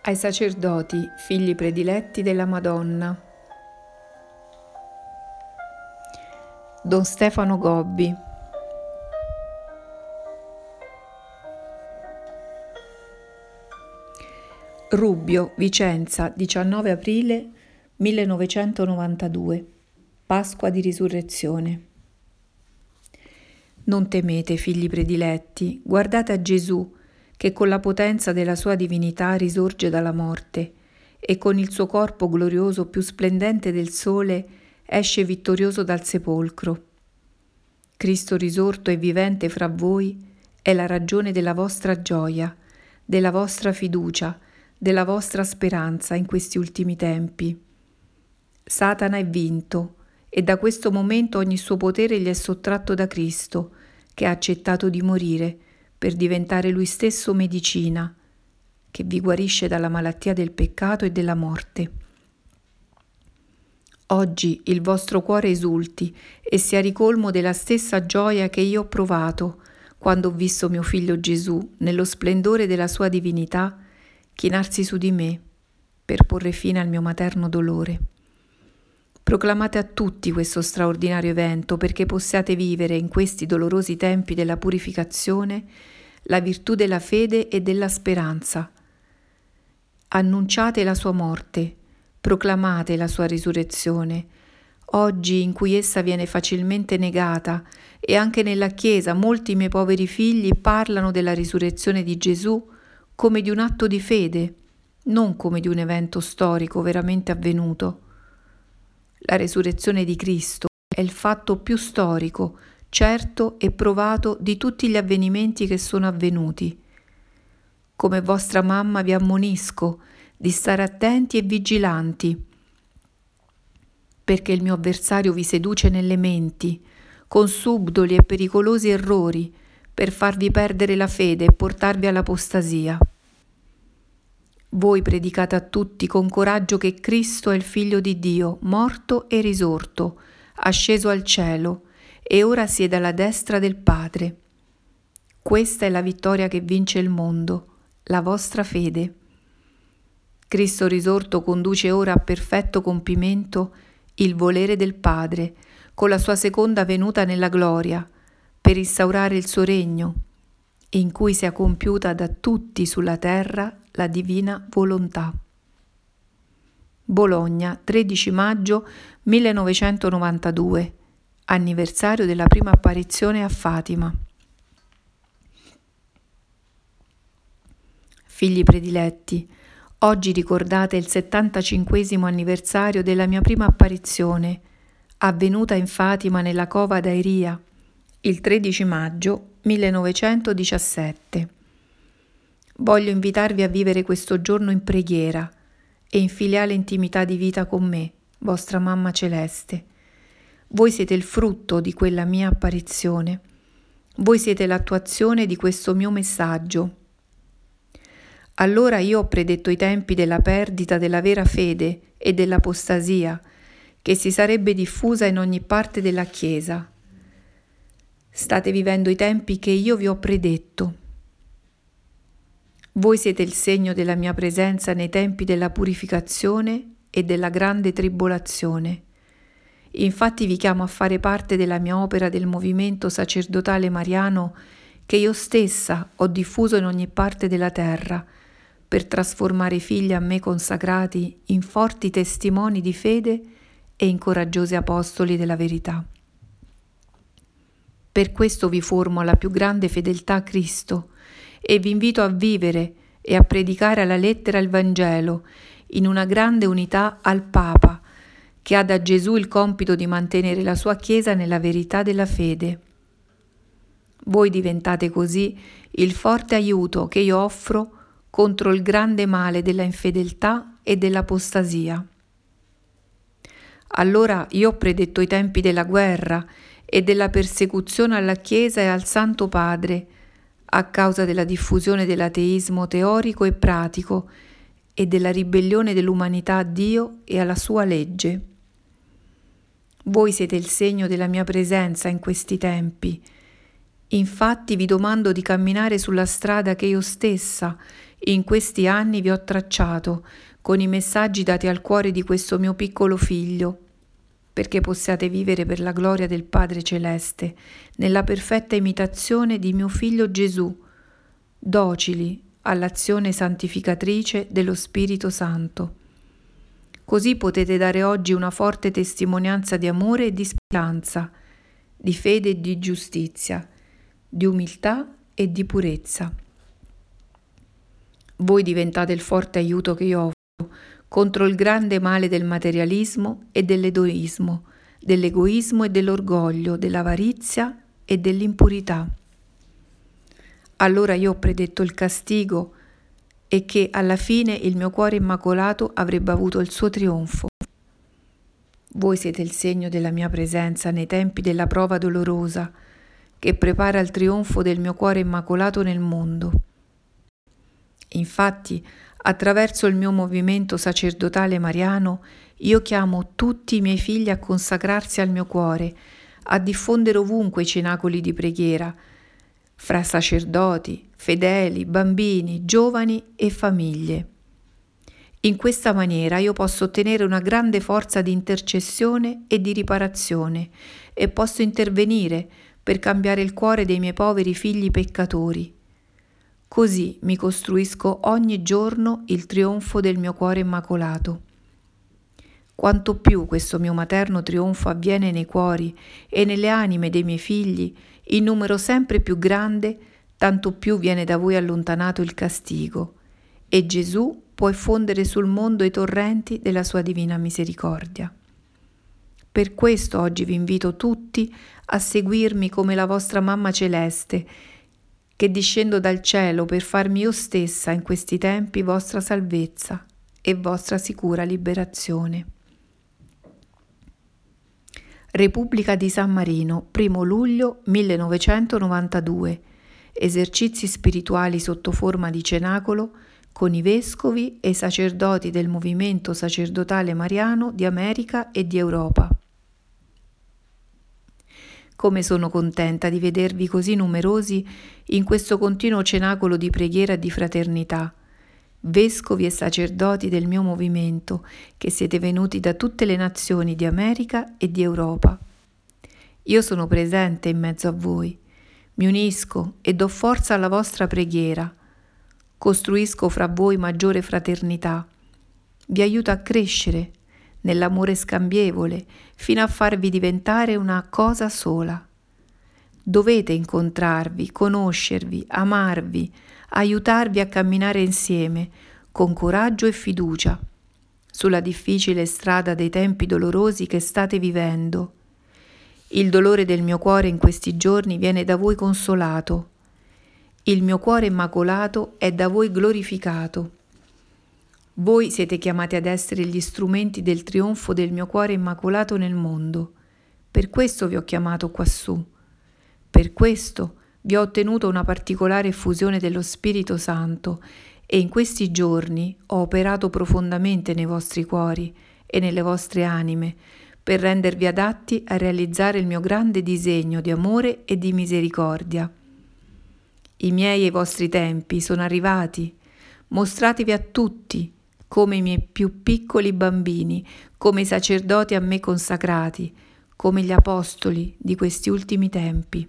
ai sacerdoti, figli prediletti della Madonna. Don Stefano Gobbi. Rubbio, Vicenza, 19 aprile 1992, Pasqua di Risurrezione. Non temete, figli prediletti, guardate a Gesù, che con la potenza della sua divinità risorge dalla morte e con il suo corpo glorioso più splendente del sole esce vittorioso dal sepolcro. Cristo risorto e vivente fra voi è la ragione della vostra gioia, della vostra fiducia, della vostra speranza in questi ultimi tempi. Satana è vinto e da questo momento ogni suo potere gli è sottratto da Cristo, che ha accettato di morire per diventare lui stesso medicina, che vi guarisce dalla malattia del peccato e della morte. Oggi il vostro cuore esulti e sia ricolmo della stessa gioia che io ho provato quando ho visto mio figlio Gesù, nello splendore della sua divinità, chinarsi su di me per porre fine al mio materno dolore. Proclamate a tutti questo straordinario evento perché possiate vivere in questi dolorosi tempi della purificazione la virtù della fede e della speranza. Annunciate la sua morte, proclamate la sua risurrezione, oggi in cui essa viene facilmente negata e anche nella Chiesa molti miei poveri figli parlano della risurrezione di Gesù come di un atto di fede, non come di un evento storico veramente avvenuto. La resurrezione di Cristo è il fatto più storico, certo e provato di tutti gli avvenimenti che sono avvenuti. Come vostra mamma vi ammonisco di stare attenti e vigilanti, perché il mio avversario vi seduce nelle menti, con subdoli e pericolosi errori, per farvi perdere la fede e portarvi all'apostasia. Voi predicate a tutti con coraggio che Cristo è il Figlio di Dio, morto e risorto, asceso al cielo, e ora siede alla destra del Padre. Questa è la vittoria che vince il mondo, la vostra fede. Cristo risorto conduce ora a perfetto compimento il volere del Padre, con la sua seconda venuta nella gloria, per instaurare il suo regno, in cui sia compiuta da tutti sulla terra la divina volontà. Bologna, 13 maggio 1992, anniversario della prima apparizione a Fatima. Figli prediletti, oggi ricordate il 75° anniversario della mia prima apparizione, avvenuta in Fatima nella cova d'Airia, il 13 maggio 1917. Voglio invitarvi a vivere questo giorno in preghiera e in filiale intimità di vita con me, vostra mamma celeste. Voi siete il frutto di quella mia apparizione. Voi siete l'attuazione di questo mio messaggio. Allora io ho predetto i tempi della perdita della vera fede e dell'apostasia, che si sarebbe diffusa in ogni parte della Chiesa. State vivendo i tempi che io vi ho predetto. Voi siete il segno della mia presenza nei tempi della purificazione e della grande tribolazione. Infatti vi chiamo a fare parte della mia opera del movimento sacerdotale mariano che io stessa ho diffuso in ogni parte della terra, per trasformare i figli a me consacrati in forti testimoni di fede e in coraggiosi apostoli della verità. Per questo vi formo alla più grande fedeltà a Cristo e vi invito a vivere e a predicare alla lettera il Vangelo in una grande unità al Papa, che ha da Gesù il compito di mantenere la sua Chiesa nella verità della fede. Voi diventate così il forte aiuto che io offro contro il grande male della infedeltà e dell'apostasia. Allora io ho predetto i tempi della guerra e della persecuzione alla Chiesa e al Santo Padre, a causa della diffusione dell'ateismo teorico e pratico e della ribellione dell'umanità a Dio e alla sua legge. Voi siete il segno della mia presenza in questi tempi. Infatti vi domando di camminare sulla strada che io stessa, in questi anni vi ho tracciato con i messaggi dati al cuore di questo mio piccolo figlio, perché possiate vivere per la gloria del Padre Celeste, nella perfetta imitazione di mio Figlio Gesù, docili all'azione santificatrice dello Spirito Santo. Così potete dare oggi una forte testimonianza di amore e di speranza, di fede e di giustizia, di umiltà e di purezza. Voi diventate il forte aiuto che io offro contro il grande male del materialismo e dell'egoismo e dell'orgoglio, dell'avarizia e dell'impurità. Allora io ho predetto il castigo e che alla fine il mio cuore immacolato avrebbe avuto il suo trionfo. Voi siete il segno della mia presenza nei tempi della prova dolorosa che prepara il trionfo del mio cuore immacolato nel mondo. Infatti, attraverso il mio movimento sacerdotale mariano, io chiamo tutti i miei figli a consacrarsi al mio cuore, a diffondere ovunque i cenacoli di preghiera, fra sacerdoti, fedeli, bambini, giovani e famiglie. In questa maniera io posso ottenere una grande forza di intercessione e di riparazione e posso intervenire per cambiare il cuore dei miei poveri figli peccatori. Così mi costruisco ogni giorno il trionfo del mio cuore immacolato. Quanto più questo mio materno trionfo avviene nei cuori e nelle anime dei miei figli, in numero sempre più grande, tanto più viene da voi allontanato il castigo, e Gesù può effondere sul mondo i torrenti della sua divina misericordia. Per questo oggi vi invito tutti a seguirmi come la vostra Mamma Celeste, che discendo dal cielo per farmi io stessa in questi tempi vostra salvezza e vostra sicura liberazione. Repubblica di San Marino, 1 luglio 1992. Esercizi spirituali sotto forma di cenacolo con i vescovi e i sacerdoti del movimento sacerdotale mariano di America e di Europa. Come sono contenta di vedervi così numerosi in questo continuo cenacolo di preghiera e di fraternità, vescovi e sacerdoti del mio movimento, che siete venuti da tutte le nazioni di America e di Europa. Io sono presente in mezzo a voi, mi unisco e do forza alla vostra preghiera, costruisco fra voi maggiore fraternità, vi aiuto a crescere nell'amore scambievole fino a farvi diventare una cosa sola. Dovete incontrarvi, conoscervi, amarvi, aiutarvi a camminare insieme con coraggio e fiducia sulla difficile strada dei tempi dolorosi che state vivendo. Il dolore del mio cuore in questi giorni viene da voi consolato. Il mio cuore immacolato è da voi glorificato. Voi siete chiamati ad essere gli strumenti del trionfo del mio cuore immacolato nel mondo. Per questo vi ho chiamato quassù. Per questo vi ho ottenuto una particolare effusione dello Spirito Santo e in questi giorni ho operato profondamente nei vostri cuori e nelle vostre anime per rendervi adatti a realizzare il mio grande disegno di amore e di misericordia. I miei e i vostri tempi sono arrivati. Mostratevi a tutti come i miei più piccoli bambini, come i sacerdoti a me consacrati, come gli apostoli di questi ultimi tempi.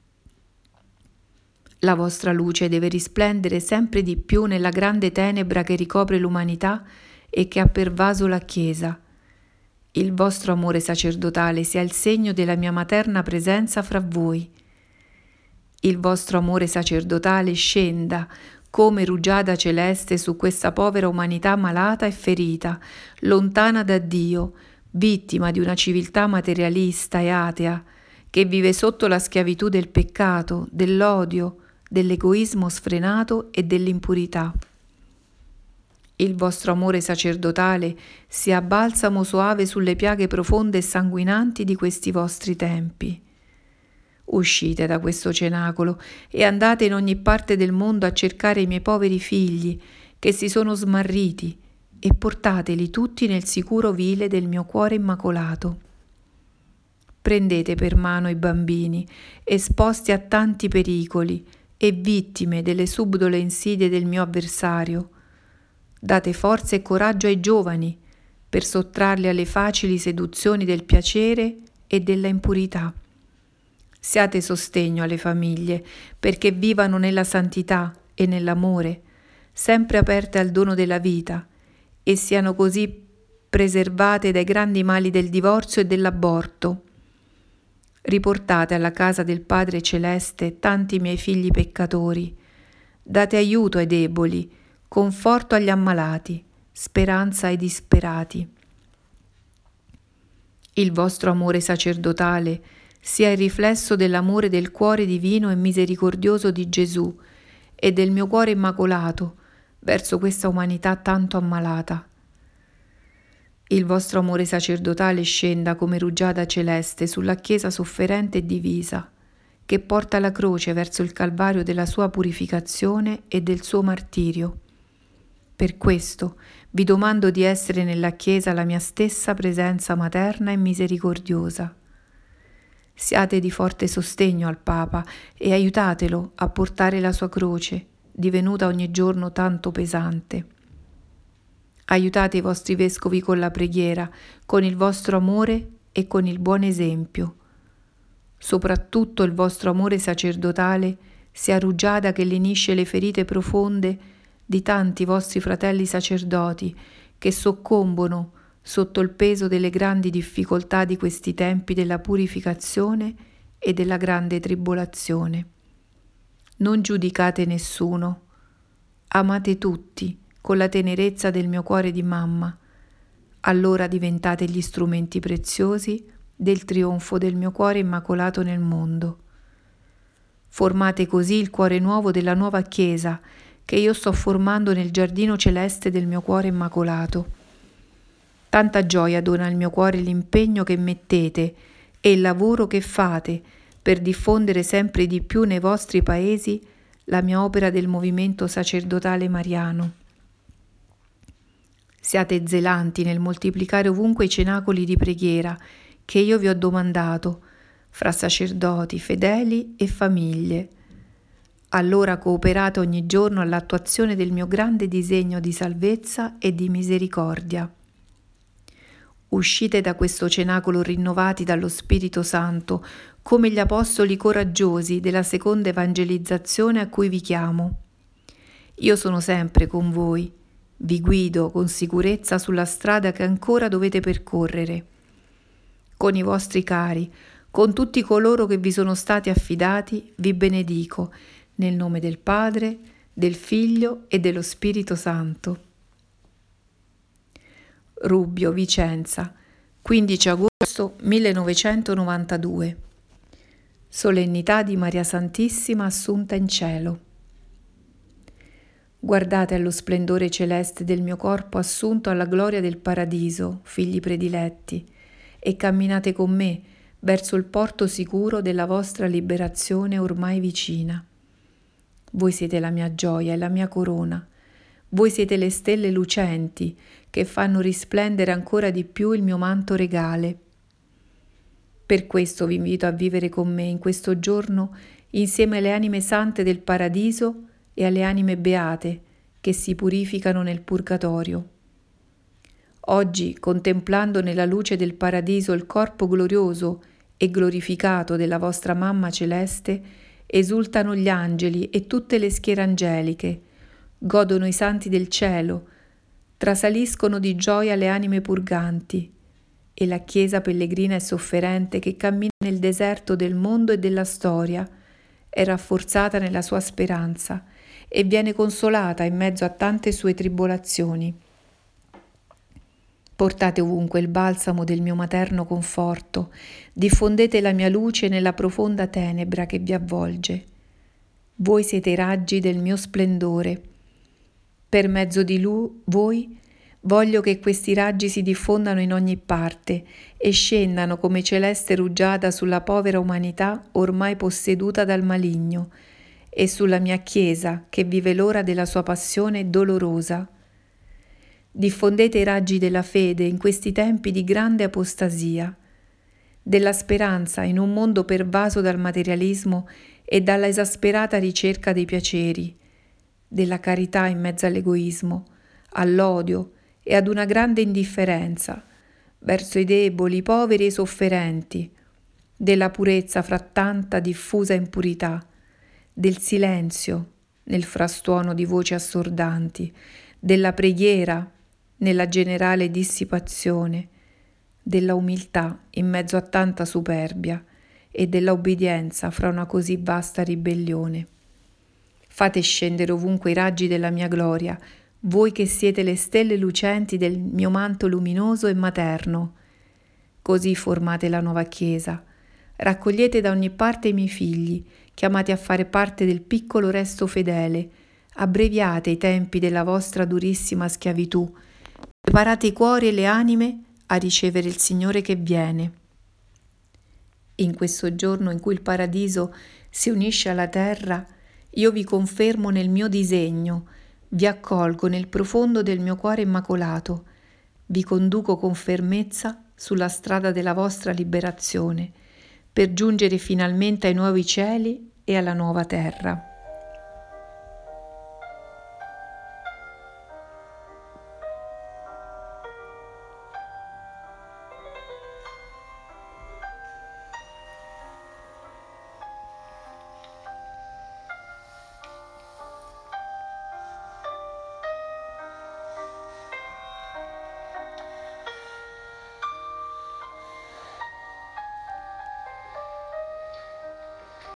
La vostra luce deve risplendere sempre di più nella grande tenebra che ricopre l'umanità e che ha pervaso la Chiesa. Il vostro amore sacerdotale sia il segno della mia materna presenza fra voi. Il vostro amore sacerdotale scenda come rugiada celeste su questa povera umanità malata e ferita, lontana da Dio, vittima di una civiltà materialista e atea, che vive sotto la schiavitù del peccato, dell'odio, dell'egoismo sfrenato e dell'impurità. Il vostro amore sacerdotale sia balsamo soave sulle piaghe profonde e sanguinanti di questi vostri tempi. Uscite da questo cenacolo e andate in ogni parte del mondo a cercare i miei poveri figli che si sono smarriti e portateli tutti nel sicuro vile del mio cuore immacolato. Prendete per mano i bambini esposti a tanti pericoli e vittime delle subdole insidie del mio avversario. Date forza e coraggio ai giovani per sottrarli alle facili seduzioni del piacere e della impurità. Siate sostegno alle famiglie perché vivano nella santità e nell'amore, sempre aperte al dono della vita, e siano così preservate dai grandi mali del divorzio e dell'aborto. Riportate alla casa del Padre Celeste tanti miei figli peccatori. Date aiuto ai deboli, conforto agli ammalati, speranza ai disperati. Il vostro amore sacerdotale sia il riflesso dell'amore del cuore divino e misericordioso di Gesù e del mio cuore immacolato verso questa umanità tanto ammalata. Il vostro amore sacerdotale scenda come rugiada celeste sulla Chiesa sofferente e divisa, che porta la croce verso il calvario della sua purificazione e del suo martirio. Per questo vi domando di essere nella Chiesa la mia stessa presenza materna e misericordiosa. Siate di forte sostegno al Papa e aiutatelo a portare la sua croce, divenuta ogni giorno tanto pesante. Aiutate i vostri vescovi con la preghiera, con il vostro amore e con il buon esempio. Soprattutto il vostro amore sacerdotale sia rugiada che lenisce le ferite profonde di tanti vostri fratelli sacerdoti che soccombono sotto il peso delle grandi difficoltà di questi tempi della purificazione e della grande tribolazione. Non giudicate nessuno, amate tutti con la tenerezza del mio cuore di mamma, allora diventate gli strumenti preziosi del trionfo del mio cuore immacolato nel mondo. Formate così il cuore nuovo della nuova Chiesa che io sto formando nel giardino celeste del mio cuore immacolato. Tanta gioia dona al mio cuore l'impegno che mettete e il lavoro che fate per diffondere sempre di più nei vostri paesi la mia opera del movimento sacerdotale mariano. Siate zelanti nel moltiplicare ovunque i cenacoli di preghiera che io vi ho domandato, fra sacerdoti, fedeli e famiglie. Allora cooperate ogni giorno all'attuazione del mio grande disegno di salvezza e di misericordia. Uscite da questo cenacolo rinnovati dallo Spirito Santo, come gli apostoli coraggiosi della seconda evangelizzazione a cui vi chiamo. Io sono sempre con voi, vi guido con sicurezza sulla strada che ancora dovete percorrere. Con i vostri cari, con tutti coloro che vi sono stati affidati, vi benedico, nel nome del Padre, del Figlio e dello Spirito Santo. Rubbio, Vicenza, 15 agosto 1992. Solennità di Maria Santissima Assunta in cielo. Guardate allo splendore celeste del mio corpo assunto alla gloria del paradiso, figli prediletti, e camminate con me verso il porto sicuro della vostra liberazione ormai vicina. Voi siete la mia gioia e la mia corona. Voi siete le stelle lucenti che fanno risplendere ancora di più il mio manto regale. Per questo vi invito a vivere con me in questo giorno insieme alle anime sante del paradiso e alle anime beate che si purificano nel purgatorio. Oggi, contemplando nella luce del paradiso il corpo glorioso e glorificato della vostra Mamma Celeste, esultano gli angeli e tutte le schiere angeliche, godono i santi del cielo, trasaliscono di gioia le anime purganti, e la Chiesa pellegrina e sofferente che cammina nel deserto del mondo e della storia è rafforzata nella sua speranza e viene consolata in mezzo a tante sue tribolazioni. Portate ovunque il balsamo del mio materno conforto, diffondete la mia luce nella profonda tenebra che vi avvolge. Voi siete i raggi del mio splendore. Per mezzo di voi voglio che questi raggi si diffondano in ogni parte e scendano come celeste rugiada sulla povera umanità ormai posseduta dal maligno e sulla mia Chiesa che vive l'ora della sua passione dolorosa. Diffondete i raggi della fede in questi tempi di grande apostasia, della speranza in un mondo pervaso dal materialismo e dalla esasperata ricerca dei piaceri, della carità in mezzo all'egoismo, all'odio e ad una grande indifferenza verso i deboli, i poveri e i sofferenti, della purezza fra tanta diffusa impurità, del silenzio nel frastuono di voci assordanti, della preghiera nella generale dissipazione, della umiltà in mezzo a tanta superbia e della obbedienza fra una così vasta ribellione. Fate scendere ovunque i raggi della mia gloria, voi che siete le stelle lucenti del mio manto luminoso e materno. Così formate la nuova Chiesa. Raccogliete da ogni parte i miei figli, chiamati a fare parte del piccolo resto fedele. Abbreviate i tempi della vostra durissima schiavitù. Preparate i cuori e le anime a ricevere il Signore che viene. In questo giorno in cui il paradiso si unisce alla terra, io vi confermo nel mio disegno, vi accolgo nel profondo del mio cuore immacolato, vi conduco con fermezza sulla strada della vostra liberazione, per giungere finalmente ai nuovi cieli e alla nuova terra.